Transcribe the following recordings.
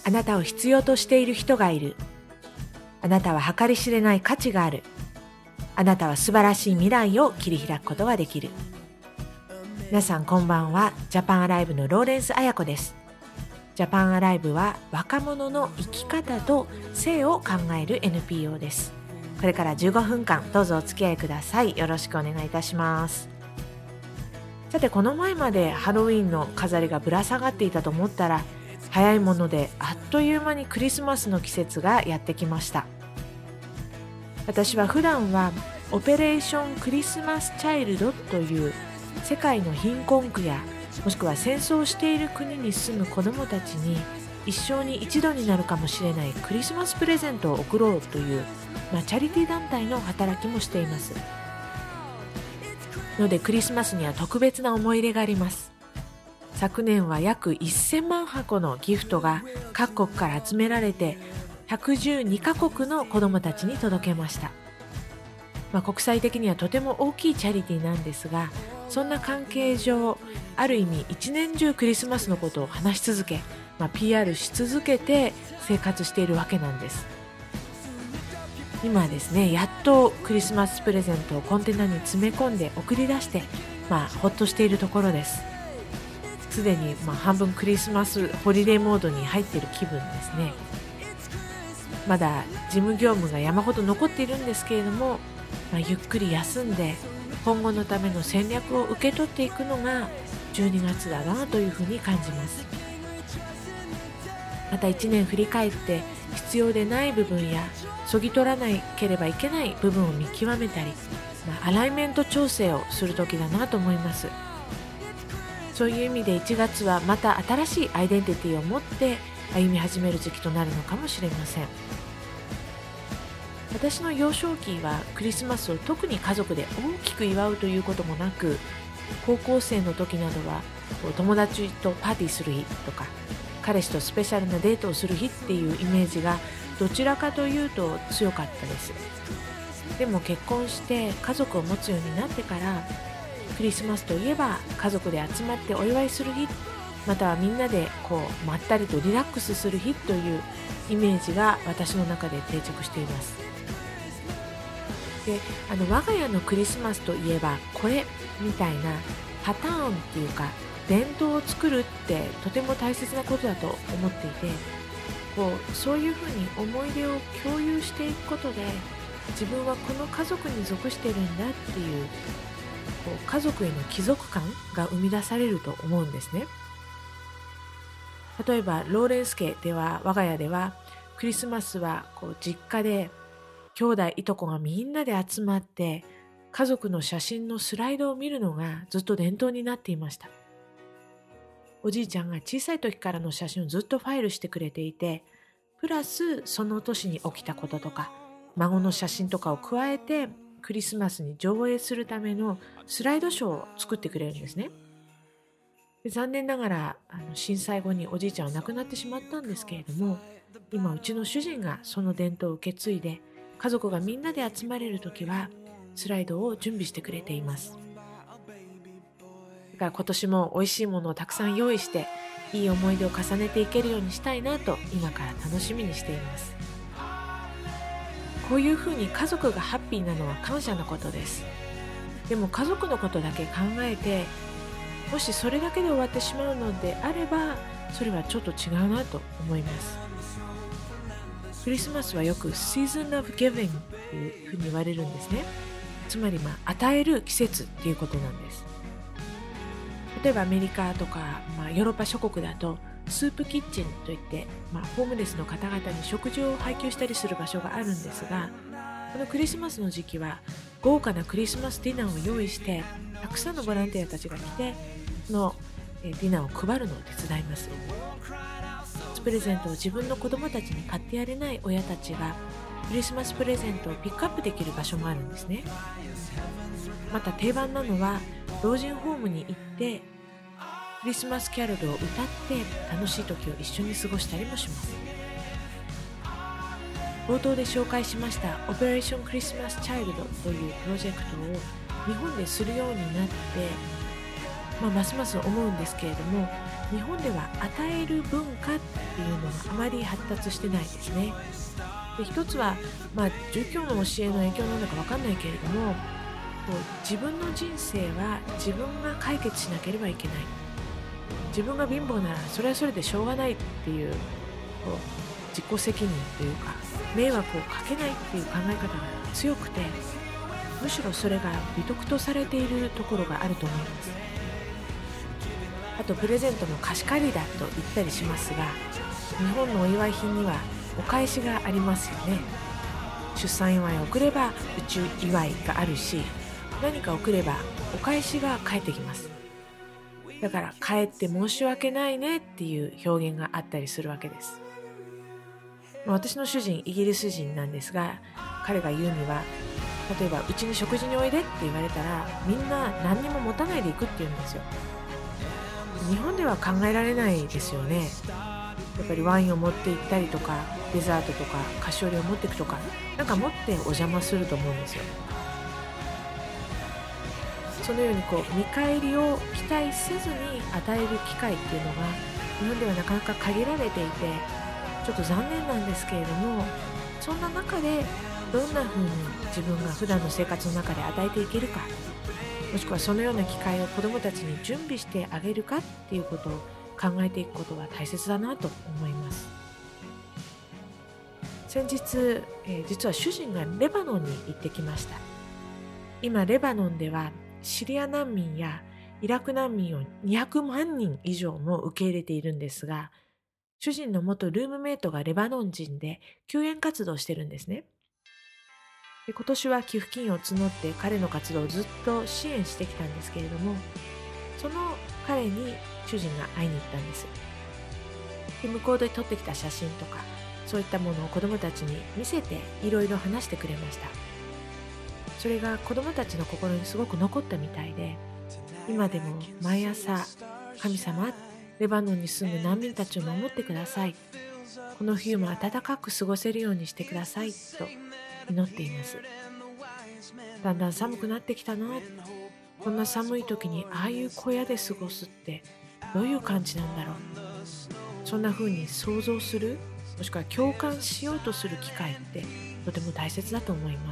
あなたを必要としている人がいる。あなたは計り知れない価値がある。あなたは素晴らしい未来を切り開くことができる。皆さんこんばんは。ジャパンアライブのローレンス彩子です。ジャパンアライブは若者の生き方と性を考える NPO です。これから15分間どうぞお付き合いください。よろしくお願いいたします。さて、この前までハロウィンの飾りがぶら下がっていたと思ったら、早いものであっという間にクリスマスの季節がやってきました。私は普段はオペレーションクリスマスチャイルドという世界の貧困区やもしくは戦争している国に住む子どもたちに一生に一度になるかもしれないクリスマスプレゼントを贈ろうという、チャリティー団体の働きもしていますので、クリスマスには特別な思い入れがあります。昨年は約1000万箱のギフトが各国から集められて112カ国の子どもたちに届けました。国際的にはとても大きいチャリティーなんですが、そんな関係上ある意味一年中クリスマスのことを話し続け、PR し続けて生活しているわけなんです。今ですね、やっとクリスマスプレゼントをコンテナに詰め込んで送り出して、ほっとしているところです。すでに半分クリスマスホリデーモードに入っている気分ですね。まだ事務業務が山ほど残っているんですけれども、ゆっくり休んで今後のための戦略を受け取っていくのが12月だなというふうに感じます。また1年振り返って必要でない部分やそぎ取らなければいけない部分を見極めたり、アライメント調整をする時だなと思います。そういう意味で1月はまた新しいアイデンティティを持って歩み始める時期となるのかもしれません。私の幼少期はクリスマスを特に家族で大きく祝うということもなく、高校生の時などは友達とパーティーする日とか彼氏とスペシャルなデートをする日っていうイメージがどちらかというと強かったです。でも結婚して家族を持つようになってからクリスマスといえば家族で集まってお祝いする日、またはみんなでまったりとリラックスする日というイメージが私の中で定着しています。で、我が家のクリスマスといえばこれみたいなパターンっていうか伝統を作るってとても大切なことだと思っていて、そういうふうに思い出を共有していくことで自分はこの家族に属してるんだっていう家族への帰属感が生み出されると思うんですね。例えばローレンス家では、我が家ではクリスマスは実家で兄弟いとこがみんなで集まって家族の写真のスライドを見るのがずっと伝統になっていました。おじいちゃんが小さい時からの写真をずっとファイルしてくれていて、プラスその年に起きたこととか孫の写真とかを加えてクリスマスに上映するためのスライドショーを作ってくれるんですね。で、残念ながら震災後におじいちゃんは亡くなってしまったんですけれども、今うちの主人がその伝統を受け継いで家族がみんなで集まれるときはスライドを準備してくれています。だから今年も美味しいものをたくさん用意していい思い出を重ねていけるようにしたいなと今から楽しみにしています。こういうふうに家族がハッピーなのは感謝のことです。でも家族のことだけ考えて、もしそれだけで終わってしまうのであれば、それはちょっと違うなと思います。クリスマスはよく Season of Giving というふうに言われるんですね。つまり与える季節っていうことなんです。例えばアメリカとか、ヨーロッパ諸国だとスープキッチンといって、ホームレスの方々に食事を配給したりする場所があるんですが、このクリスマスの時期は豪華なクリスマスディナーを用意して、たくさんのボランティアたちが来てそのディナーを配るのを手伝います。プレゼントを自分の子供たちに買ってやれない親たちがクリスマスプレゼントをピックアップできる場所もあるんですね。また定番なのは老人ホームに行ってクリスマスキャロルを歌って楽しい時を一緒に過ごしたりもします。冒頭で紹介しましたオペレーションクリスマスチャイルドというプロジェクトを日本でするようになってますます思うんですけれども、日本では与える文化っていうのがあまり発達してないですね。で、一つは、儒教の教えの影響なのか分かんないけれども、自分の人生は自分が解決しなければいけない、自分が貧乏ならそれはそれでしょうがないっていう、自己責任というか迷惑をかけないっていう考え方が強くて、むしろそれが美徳とされているところがあると思います。あとプレゼントの貸し借りだと言ったりしますが、日本のお祝い品にはお返しがありますよね。出産祝いを送れば宇宙祝いがあるし、何か送ればお返しが返ってきます。だから帰って申し訳ないねっていう表現があったりするわけです。私の主人イギリス人なんですが、彼が言うには、例えばうちに食事においでって言われたらみんな何にも持たないで行くって言うんですよ。日本では考えられないですよね。やっぱりワインを持って行ったりとか、デザートとか菓子折りを持っていくとか、なんか持ってお邪魔すると思うんですよ。そのように見返りを期待せずに与える機会っていうのが日本ではなかなか限られていて、ちょっと残念なんですけれども、そんな中でどんな風に自分が普段の生活の中で与えていけるか、もしくはそのような機会を子どもたちに準備してあげるかっていうことを考えていくことが大切だなと思います。先日、実は主人がレバノンに行ってきました。今レバノンではシリア難民やイラク難民を200万人以上も受け入れているんですが、主人の元ルームメイトがレバノン人で救援活動をしてるんですね。で、今年は寄付金を募って彼の活動をずっと支援してきたんですけれども、その彼に主人が会いに行ったんです。で、向こうで撮ってきた写真とかそういったものを子どもたちに見せていろいろ話してくれました。それが子どもたちの心にすごく残ったみたいで、今でも毎朝、神様、レバノンに住む難民たちを守ってください、この冬も暖かく過ごせるようにしてくださいと祈っています。だんだん寒くなってきたな、こんな寒い時にああいう小屋で過ごすってどういう感じなんだろう、そんな風に想像する、もしくは共感しようとする機会ってとても大切だと思います。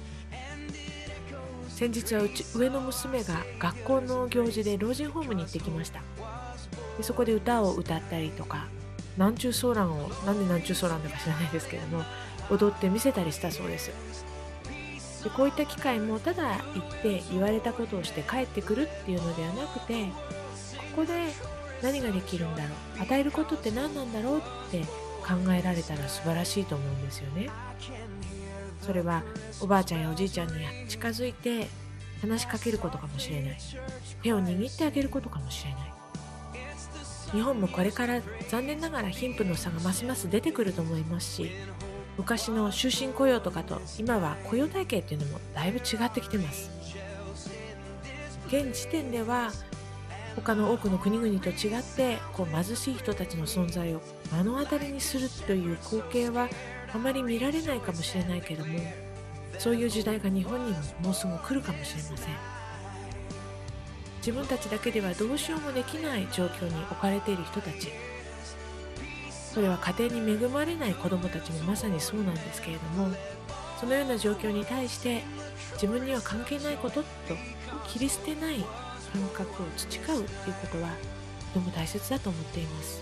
先日はうち上の娘が学校の行事で老人ホームに行ってきました。で、そこで歌を歌ったりとか、南中ソーランを、なんで南中ソーランだか知らないですけども、踊って見せたりしたそうです。で、こういった機会もただ行って言われたことをして帰ってくるっていうのではなくて、ここで何ができるんだろう、与えることって何なんだろうって考えられたら素晴らしいと思うんですよね。それはおばあちゃんやおじいちゃんに近づいて話しかけることかもしれない、手を握ってあげることかもしれない。日本もこれから残念ながら貧富の差がますます出てくると思いますし、昔の終身雇用とかと今は雇用体系っていうのもだいぶ違ってきてます。現時点では他の多くの国々と違って貧しい人たちの存在を目の当たりにするという光景はあまり見られないかもしれないけども、そういう時代が日本にももうすぐ来るかもしれません。自分たちだけではどうしようもできない状況に置かれている人たち、それは家庭に恵まれない子どもたちもまさにそうなんですけれども、そのような状況に対して自分には関係ないことと切り捨てない感覚を培うということはとても大切だと思っています。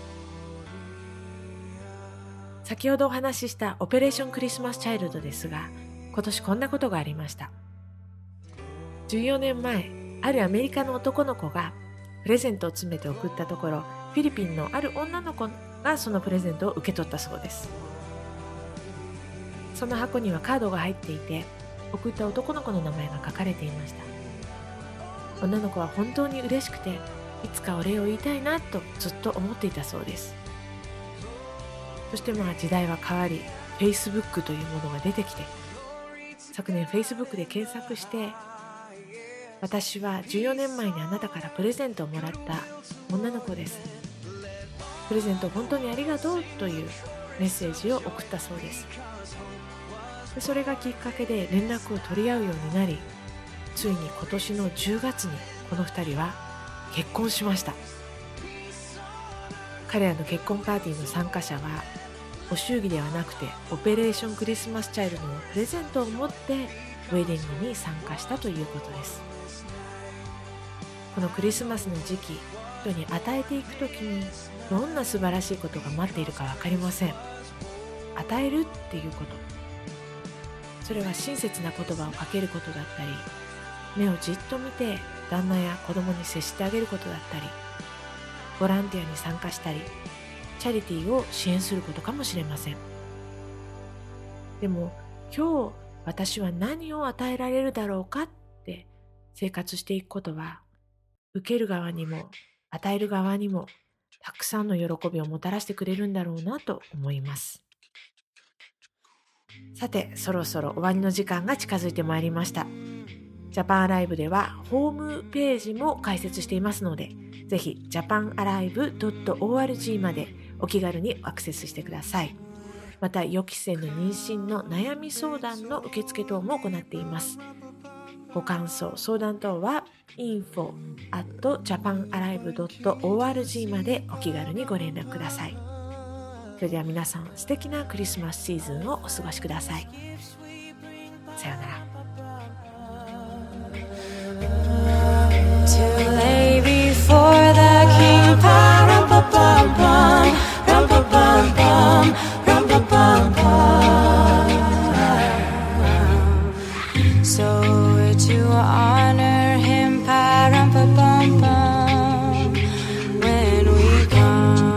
先ほどお話ししたオペレーションクリスマスチャイルドですが、今年こんなことがありました。14年前、あるアメリカの男の子がプレゼントを詰めて送ったところ、フィリピンのある女の子がそのプレゼントを受け取ったそうです。その箱にはカードが入っていて、送った男の子の名前が書かれていました。女の子は本当に嬉しくて、いつかお礼を言いたいなとずっと思っていたそうです。そして時代は変わり、 Facebook というものが出てきて、昨年 Facebook で検索して、私は14年前にあなたからプレゼントをもらった女の子です、プレゼント本当にありがとうというメッセージを送ったそうです。で、それがきっかけで連絡を取り合うようになり、ついに今年の10月にこの2人は結婚しました。彼らの結婚パーティーの参加者はご祝儀ではなくてオペレーションクリスマスチャイルドのプレゼントを持ってウェディングに参加したということです。このクリスマスの時期、人に与えていくときにどんな素晴らしいことが待っているか分かりません。与えるっていうこと、それは親切な言葉をかけることだったり、目をじっと見て旦那や子供に接してあげることだったり、ボランティアに参加したり、チャリティーを支援することかもしれません。でも今日私は何を与えられるだろうかって生活していくことは、受ける側にも与える側にもたくさんの喜びをもたらしてくれるんだろうなと思います。さて、そろそろ終わりの時間が近づいてまいりました。ジャパンアライブではホームページも開設していますので、ぜひ japanalive.org までお気軽にアクセスしてください。また予期せぬ妊娠の悩み相談の受付等も行っています。ご感想、相談等は info@japanalive.org までお気軽にご連絡ください。それでは皆さん、素敵なクリスマスシーズンをお過ごしください。さようなら。 To lay before the king, pa-rum-pa-pum-pum, rum-pa-pum-pum, rum-pa-pum-pum. So would you honor him, pa-rum-pa-pum-pum, when we come?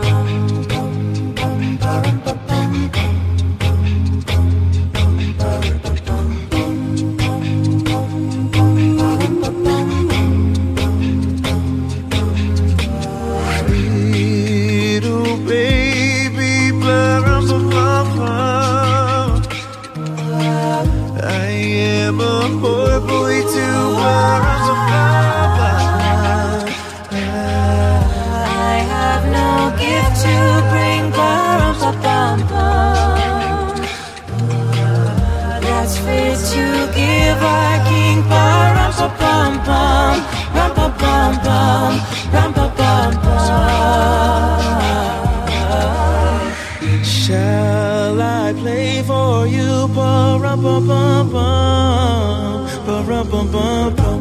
That's fit to give our king, pa-rum-pa-pum-pum, rum-pa-pum-pum, rum-pa-pum-pum. Shall I play for you, pa-rum-pa-pum-pum, pa-rum-pa-pum-pum?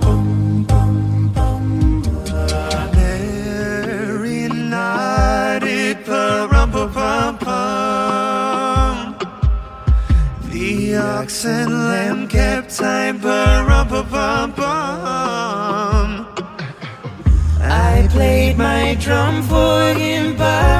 Merry night, pa-rum-pa-pum-pum. The ox and lamb kept time, pa-rum-pa-pum-pum. I played my drum for him, pa